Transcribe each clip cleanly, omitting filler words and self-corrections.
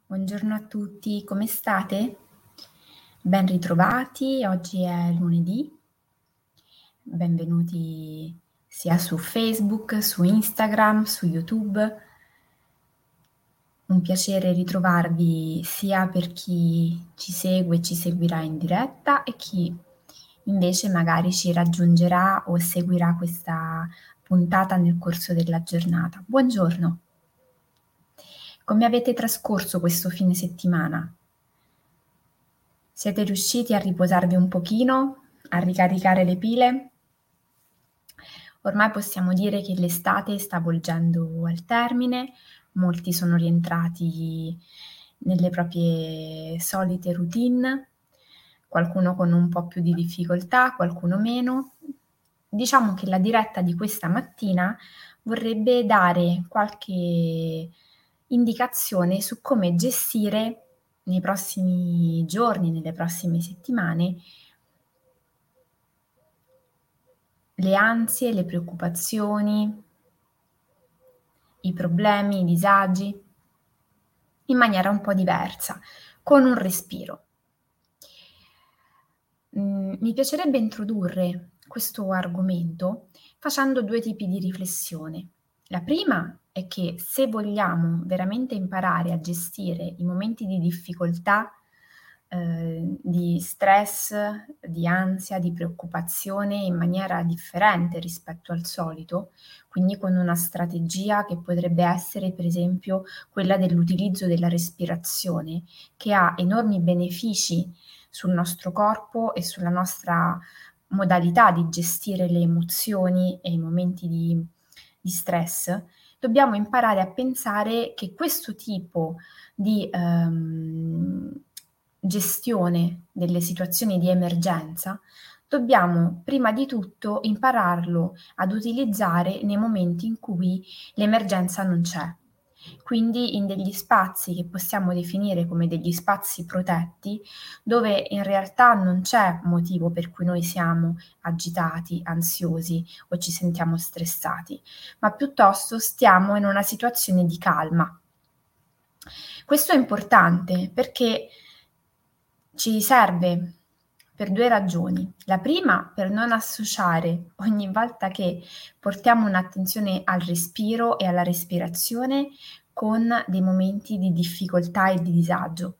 Buongiorno a tutti, come state? Ben ritrovati, oggi è lunedì. Benvenuti sia su Facebook, su Instagram, su YouTube. Un piacere ritrovarvi sia per chi ci segue e ci seguirà in diretta e chi invece magari ci raggiungerà o seguirà questa puntata nel corso della giornata. Buongiorno. Come avete trascorso questo fine settimana? Siete riusciti a riposarvi un pochino, a ricaricare le pile? Ormai possiamo dire che l'estate sta volgendo al termine, molti sono rientrati nelle proprie solite routine, qualcuno con un po' più di difficoltà, qualcuno meno. Diciamo che la diretta di questa mattina vorrebbe dare qualche indicazione su come gestire nei prossimi giorni, nelle prossime settimane, le ansie, le preoccupazioni, i problemi, i disagi, in maniera un po' diversa, con un respiro. Mi piacerebbe introdurre questo argomento facendo 2 tipi di riflessione. La prima è che se vogliamo veramente imparare a gestire i momenti di difficoltà, di stress, di ansia, di preoccupazione in maniera differente rispetto al solito, quindi con una strategia che potrebbe essere per esempio quella dell'utilizzo della respirazione, che ha enormi benefici sul nostro corpo e sulla nostra modalità di gestire le emozioni e i momenti di stress, dobbiamo imparare a pensare che questo tipo di gestione delle situazioni di emergenza dobbiamo prima di tutto impararlo ad utilizzare nei momenti in cui l'emergenza non c'è. Quindi in degli spazi che possiamo definire come degli spazi protetti, dove in realtà non c'è motivo per cui noi siamo agitati, ansiosi o ci sentiamo stressati, ma piuttosto stiamo in una situazione di calma. Questo è importante perché ci serve per 2 ragioni. La prima, per non associare ogni volta che portiamo un'attenzione al respiro e alla respirazione con dei momenti di difficoltà e di disagio.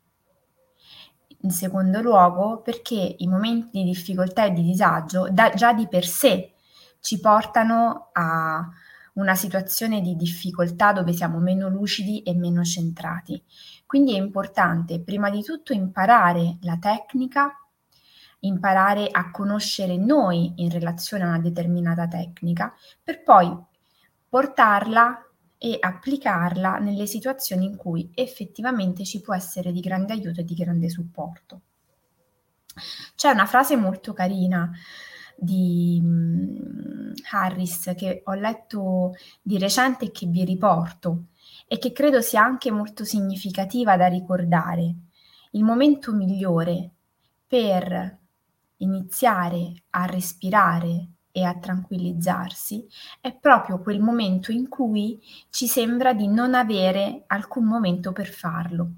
In secondo luogo, perché i momenti di difficoltà e di disagio già di per sé ci portano a una situazione di difficoltà dove siamo meno lucidi e meno centrati. Quindi è importante prima di tutto imparare la tecnica, imparare a conoscere noi in relazione a una determinata tecnica, per poi portarla e applicarla nelle situazioni in cui effettivamente ci può essere di grande aiuto e di grande supporto. C'è una frase molto carina di Harris che ho letto di recente e che vi riporto e che credo sia anche molto significativa da ricordare. Il momento migliore per iniziare a respirare e a tranquillizzarsi è proprio quel momento in cui ci sembra di non avere alcun momento per farlo.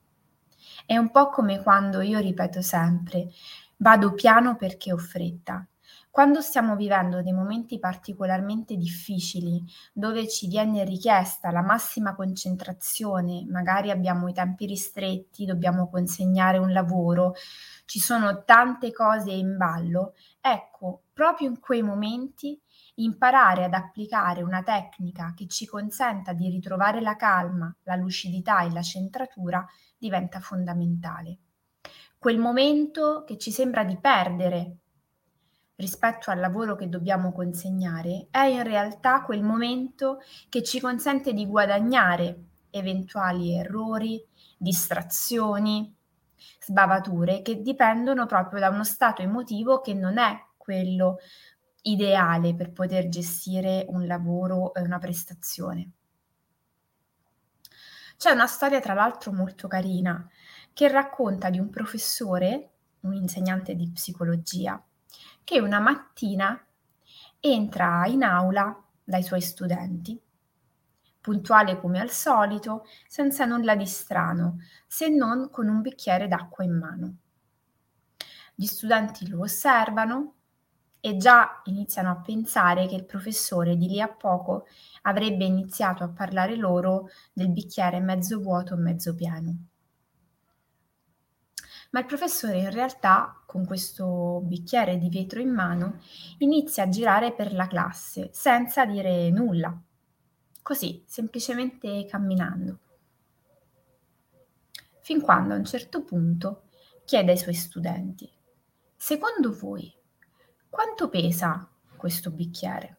È un po' come quando io ripeto sempre: "Vado piano perché ho fretta". Quando stiamo vivendo dei momenti particolarmente difficili, dove ci viene richiesta la massima concentrazione, magari abbiamo i tempi ristretti, dobbiamo consegnare un lavoro, ci sono tante cose in ballo, ecco, proprio in quei momenti imparare ad applicare una tecnica che ci consenta di ritrovare la calma, la lucidità e la centratura diventa fondamentale. Quel momento che ci sembra di perdere rispetto al lavoro che dobbiamo consegnare è in realtà quel momento che ci consente di guadagnare eventuali errori, distrazioni, sbavature che dipendono proprio da uno stato emotivo che non è quello ideale per poter gestire un lavoro e una prestazione. C'è una storia tra l'altro molto carina che racconta di un professore, un insegnante di psicologia, che una mattina entra in aula dai suoi studenti, puntuale come al solito, senza nulla di strano, se non con un bicchiere d'acqua in mano. Gli studenti lo osservano e già iniziano a pensare che il professore di lì a poco avrebbe iniziato a parlare loro del bicchiere mezzo vuoto o mezzo pieno. Ma il professore in realtà, con questo bicchiere di vetro in mano, inizia a girare per la classe senza dire nulla, così, semplicemente camminando, fin quando a un certo punto chiede ai suoi studenti: secondo voi quanto pesa questo bicchiere?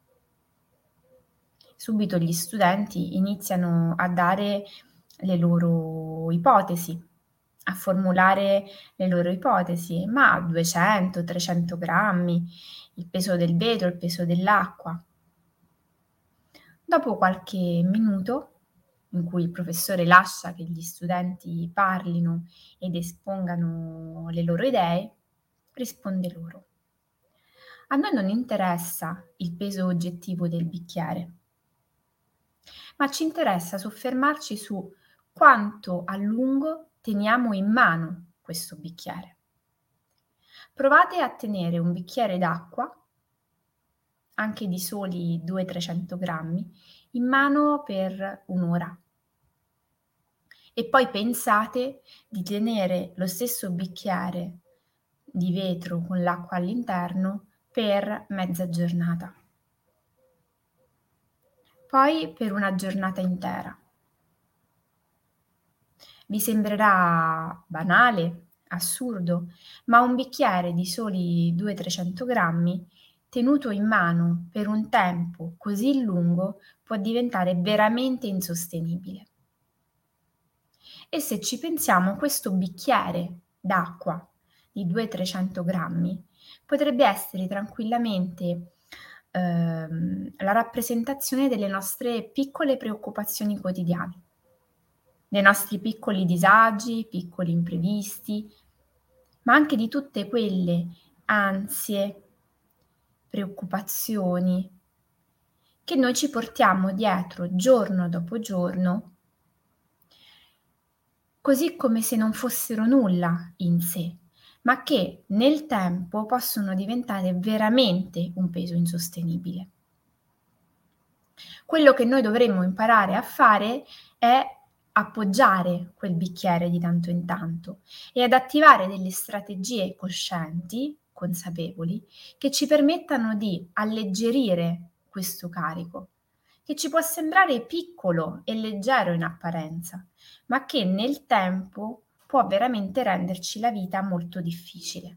Subito gli studenti iniziano a dare le loro ipotesi, a formulare le loro ipotesi, ma 200, 300 grammi, il peso del vetro, il peso dell'acqua. Dopo qualche minuto, in cui il professore lascia che gli studenti parlino ed espongano le loro idee, risponde loro: a noi non interessa il peso oggettivo del bicchiere, ma ci interessa soffermarci su quanto a lungo teniamo in mano questo bicchiere. Provate a tenere un bicchiere d'acqua, anche di soli 200-300 grammi, in mano per un'ora. E poi pensate di tenere lo stesso bicchiere di vetro con l'acqua all'interno per mezza giornata. Poi per una giornata intera. Vi sembrerà banale, assurdo, ma un bicchiere di soli 200-300 grammi, tenuto in mano per un tempo così lungo, può diventare veramente insostenibile. E se ci pensiamo, questo bicchiere d'acqua di 200-300 grammi potrebbe essere tranquillamente la rappresentazione delle nostre piccole preoccupazioni quotidiane, dei nostri piccoli disagi, piccoli imprevisti, ma anche di tutte quelle ansie, preoccupazioni che noi ci portiamo dietro giorno dopo giorno, così come se non fossero nulla in sé, ma che nel tempo possono diventare veramente un peso insostenibile. Quello che noi dovremmo imparare a fare è appoggiare quel bicchiere di tanto in tanto e ad attivare delle strategie coscienti, consapevoli, che ci permettano di alleggerire questo carico, che ci può sembrare piccolo e leggero in apparenza, ma che nel tempo può veramente renderci la vita molto difficile.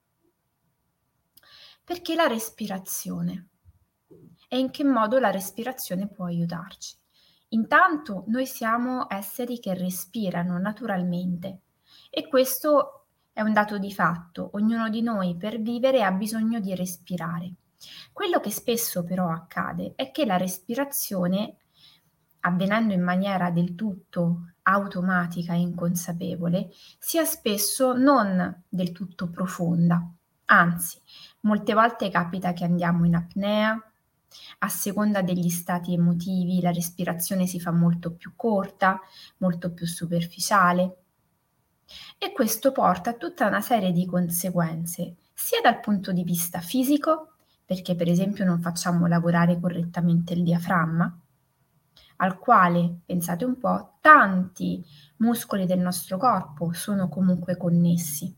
Perché la respirazione? E in che modo la respirazione può aiutarci? Intanto noi siamo esseri che respirano naturalmente e questo è un dato di fatto. Ognuno di noi per vivere ha bisogno di respirare. Quello che spesso però accade è che la respirazione, avvenendo in maniera del tutto automatica e inconsapevole, sia spesso non del tutto profonda. Anzi, molte volte capita che andiamo in apnea, a seconda degli stati emotivi la respirazione si fa molto più corta, molto più superficiale e questo porta a tutta una serie di conseguenze, sia dal punto di vista fisico, perché per esempio non facciamo lavorare correttamente il diaframma, al quale, pensate un po', tanti muscoli del nostro corpo sono comunque connessi.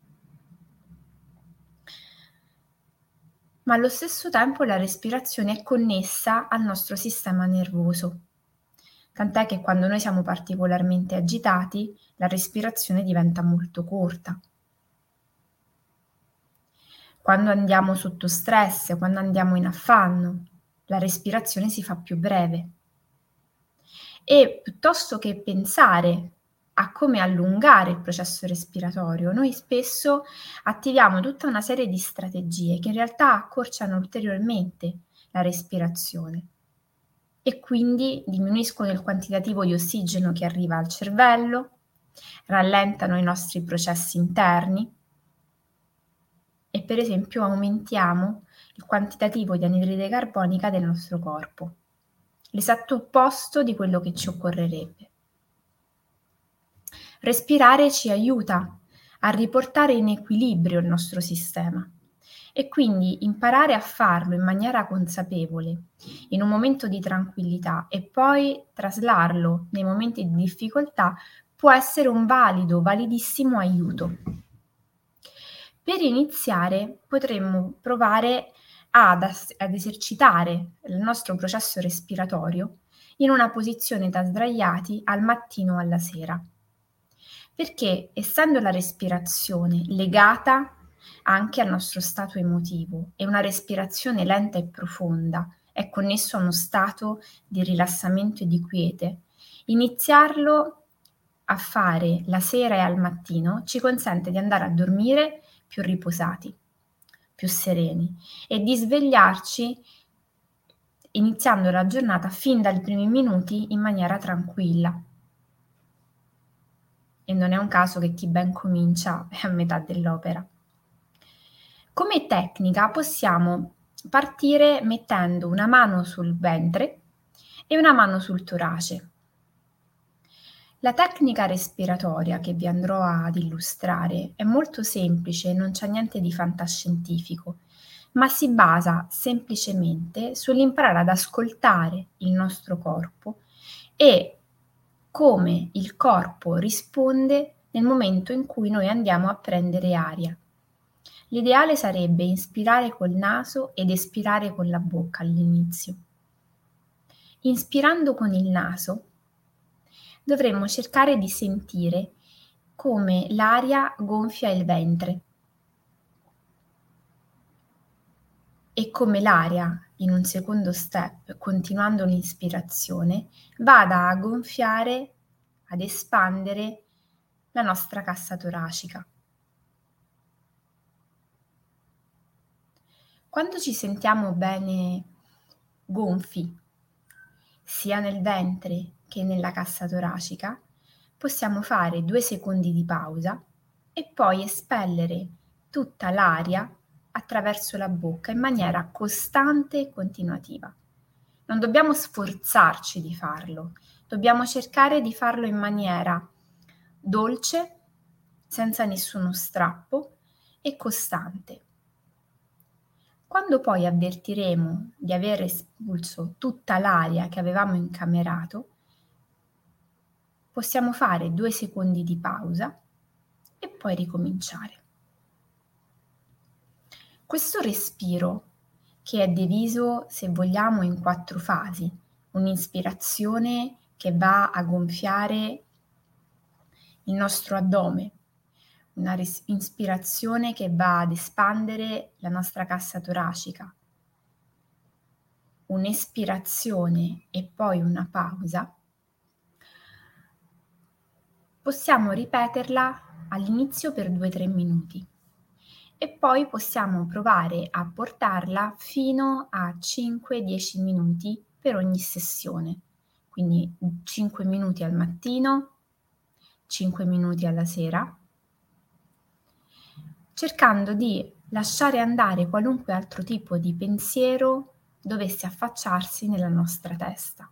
Ma allo stesso tempo la respirazione è connessa al nostro sistema nervoso, tant'è che quando noi siamo particolarmente agitati la respirazione diventa molto corta. Quando andiamo sotto stress, quando andiamo in affanno, la respirazione si fa più breve. E piuttosto che pensare a come allungare il processo respiratorio, noi spesso attiviamo tutta una serie di strategie che in realtà accorciano ulteriormente la respirazione e quindi diminuiscono il quantitativo di ossigeno che arriva al cervello, rallentano i nostri processi interni e per esempio aumentiamo il quantitativo di anidride carbonica del nostro corpo. l'esatto opposto di quello che ci occorrerebbe. Respirare ci aiuta a riportare in equilibrio il nostro sistema e quindi imparare a farlo in maniera consapevole, in un momento di tranquillità e poi traslarlo nei momenti di difficoltà può essere un validissimo aiuto. Per iniziare potremmo provare ad esercitare il nostro processo respiratorio in una posizione da sdraiati al mattino o alla sera. Perché essendo la respirazione legata anche al nostro stato emotivo e una respirazione lenta e profonda è connesso a uno stato di rilassamento e di quiete, iniziarlo a fare la sera e al mattino ci consente di andare a dormire più riposati, più sereni e di svegliarci iniziando la giornata fin dai primi minuti in maniera tranquilla. E non è un caso che chi ben comincia è a metà dell'opera. Come tecnica possiamo partire mettendo una mano sul ventre e una mano sul torace. La tecnica respiratoria che vi andrò ad illustrare è molto semplice, non c'è niente di fantascientifico, ma si basa semplicemente sull'imparare ad ascoltare il nostro corpo e come il corpo risponde nel momento in cui noi andiamo a prendere aria. L'ideale sarebbe inspirare col naso ed espirare con la bocca all'inizio. Inspirando con il naso dovremmo cercare di sentire come l'aria gonfia il ventre e come l'aria, in un secondo step, continuando l'inspirazione, vada a gonfiare, ad espandere la nostra cassa toracica. Quando ci sentiamo bene gonfi, sia nel ventre che nella cassa toracica, possiamo fare 2 secondi di pausa e poi espellere tutta l'aria attraverso la bocca in maniera costante e continuativa. Non dobbiamo sforzarci di farlo, dobbiamo cercare di farlo in maniera dolce, senza nessuno strappo e costante. Quando poi avvertiremo di aver espulso tutta l'aria che avevamo incamerato, possiamo fare 2 secondi di pausa e poi ricominciare. Questo respiro, che è diviso, se vogliamo, in 4 fasi, un'ispirazione che va a gonfiare il nostro addome, una ispirazione che va ad espandere la nostra cassa toracica, un'espirazione e poi una pausa, possiamo ripeterla all'inizio per 2-3 minuti e poi possiamo provare a portarla fino a 5-10 minuti per ogni sessione. Quindi 5 minuti al mattino, 5 minuti alla sera, cercando di lasciare andare qualunque altro tipo di pensiero dovesse affacciarsi nella nostra testa.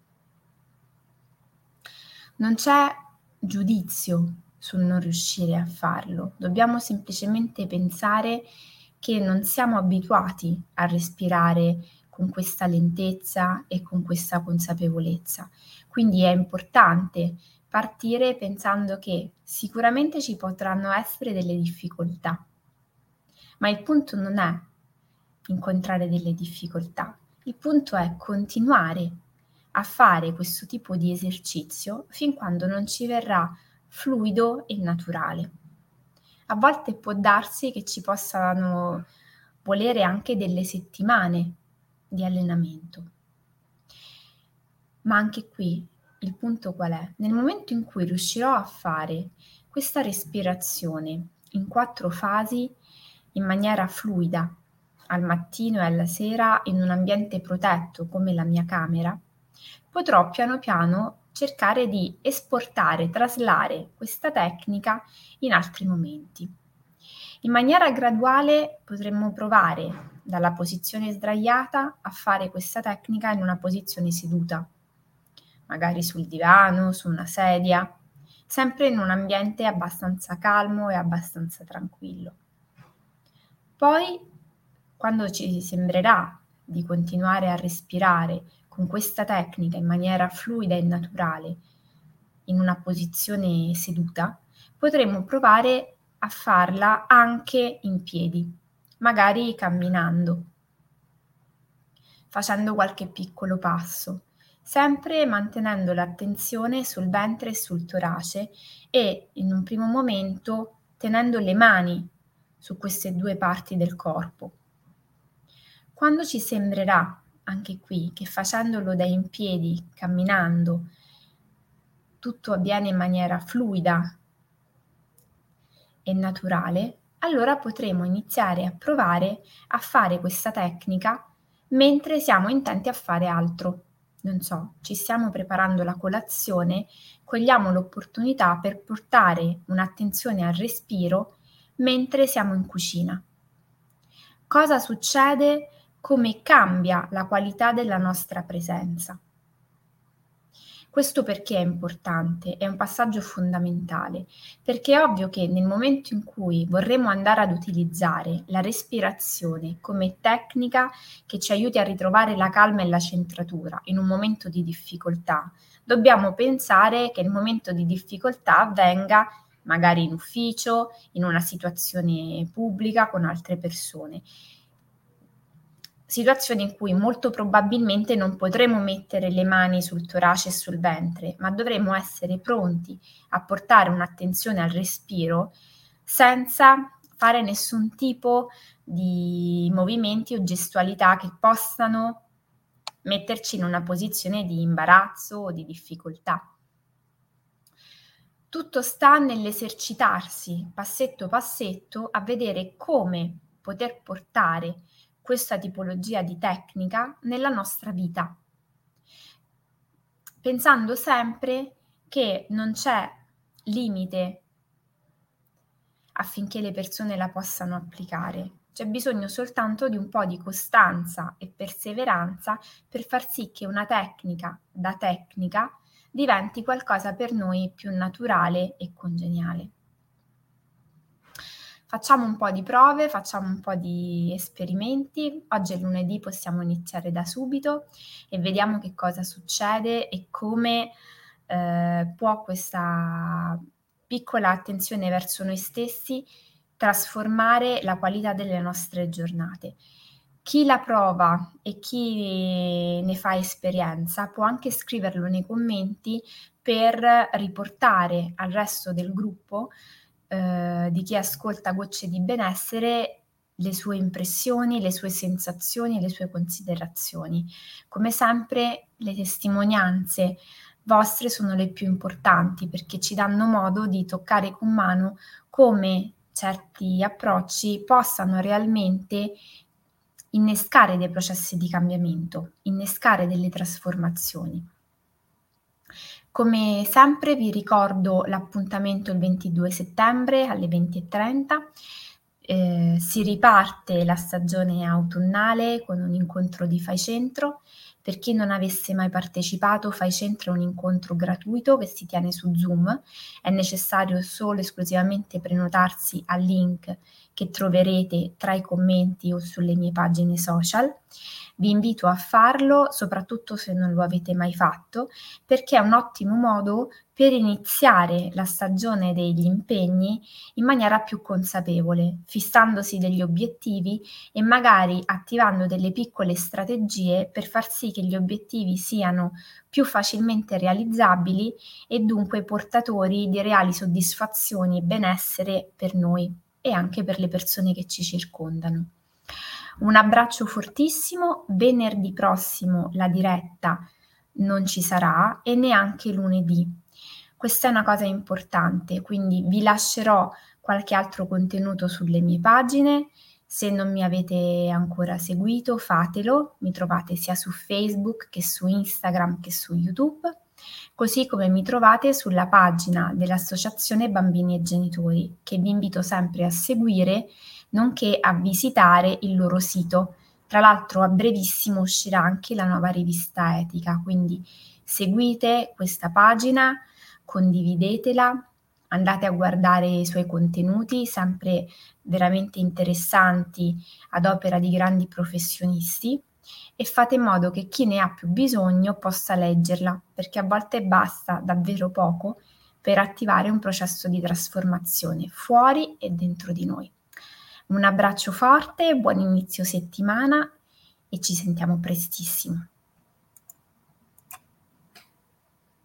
Non c'è giudizio sul non riuscire a farlo, dobbiamo semplicemente pensare che non siamo abituati a respirare con questa lentezza e con questa consapevolezza. Quindi è importante partire pensando che sicuramente ci potranno essere delle difficoltà, ma il punto non è incontrare delle difficoltà, il punto è continuare a fare questo tipo di esercizio fin quando non ci verrà fluido e naturale. A volte può darsi che ci possano volere anche delle settimane di allenamento. Ma anche qui il punto qual è? Nel momento in cui riuscirò a fare questa respirazione in 4 fasi in maniera fluida, al mattino e alla sera in un ambiente protetto come la mia camera, potrò piano piano cercare di esportare, traslare questa tecnica in altri momenti. In maniera graduale potremmo provare dalla posizione sdraiata a fare questa tecnica in una posizione seduta, magari sul divano, su una sedia, sempre in un ambiente abbastanza calmo e abbastanza tranquillo. Poi, quando ci sembrerà di continuare a respirare con questa tecnica in maniera fluida e naturale, in una posizione seduta, potremo provare a farla anche in piedi, magari camminando, facendo qualche piccolo passo, sempre mantenendo l'attenzione sul ventre e sul torace e in un primo momento tenendo le mani su queste due parti del corpo. Quando ci sembrerà, anche qui, che facendolo da in piedi, camminando, tutto avviene in maniera fluida e naturale, allora potremo iniziare a provare a fare questa tecnica mentre siamo intenti a fare altro. Non so, ci stiamo preparando la colazione, cogliamo l'opportunità per portare un'attenzione al respiro mentre siamo in cucina. Cosa succede? Come cambia la qualità della nostra presenza? Questo perché è importante? È un passaggio fondamentale, perché è ovvio che nel momento in cui vorremmo andare ad utilizzare la respirazione come tecnica che ci aiuti a ritrovare la calma e la centratura in un momento di difficoltà, dobbiamo pensare che il momento di difficoltà avvenga magari in ufficio, in una situazione pubblica con altre persone. Situazioni in cui molto probabilmente non potremo mettere le mani sul torace e sul ventre, ma dovremo essere pronti a portare un'attenzione al respiro senza fare nessun tipo di movimenti o gestualità che possano metterci in una posizione di imbarazzo o di difficoltà. Tutto sta nell'esercitarsi passetto passetto a vedere come poter portare questa tipologia di tecnica nella nostra vita, pensando sempre che non c'è limite affinché le persone la possano applicare. C'è bisogno soltanto di un po' di costanza e perseveranza per far sì che una tecnica da tecnica diventi qualcosa per noi più naturale e congeniale. Facciamo un po' di prove, facciamo un po' di esperimenti. Oggi è lunedì, possiamo iniziare da subito e vediamo che cosa succede e come può questa piccola attenzione verso noi stessi trasformare la qualità delle nostre giornate. Chi la prova e chi ne fa esperienza può anche scriverlo nei commenti per riportare al resto del gruppo di chi ascolta Gocce di Benessere le sue impressioni, le sue sensazioni e le sue considerazioni. Come sempre le testimonianze vostre sono le più importanti perché ci danno modo di toccare con mano come certi approcci possano realmente innescare dei processi di cambiamento, innescare delle trasformazioni. Come sempre vi ricordo l'appuntamento il 22 settembre alle 20:30. Si riparte la stagione autunnale con un incontro di Fai Centro. Per chi non avesse mai partecipato, Fai Centro è un incontro gratuito che si tiene su Zoom. È necessario solo e esclusivamente prenotarsi al link che troverete tra i commenti o sulle mie pagine social. Vi invito a farlo, soprattutto se non lo avete mai fatto, perché è un ottimo modo per iniziare la stagione degli impegni in maniera più consapevole, fissandosi degli obiettivi e magari attivando delle piccole strategie per far sì che gli obiettivi siano più facilmente realizzabili e dunque portatori di reali soddisfazioni e benessere per noi e anche per le persone che ci circondano. Un abbraccio fortissimo, venerdì prossimo la diretta non ci sarà e neanche lunedì. Questa è una cosa importante, quindi vi lascerò qualche altro contenuto sulle mie pagine. Se non mi avete ancora seguito, fatelo, mi trovate sia su Facebook che su Instagram che su YouTube, così come mi trovate sulla pagina dell'Associazione Bambini e Genitori, che vi invito sempre a seguire, nonché a visitare il loro sito Tra l'altro a brevissimo uscirà anche la nuova rivista etica, quindi seguite questa pagina, condividetela, andate a guardare i suoi contenuti, sempre veramente interessanti ad opera di grandi professionisti, e fate in modo che chi ne ha più bisogno possa leggerla, perché a volte basta davvero poco per attivare un processo di trasformazione fuori e dentro di noi. Un abbraccio forte, buon inizio settimana e ci sentiamo prestissimo.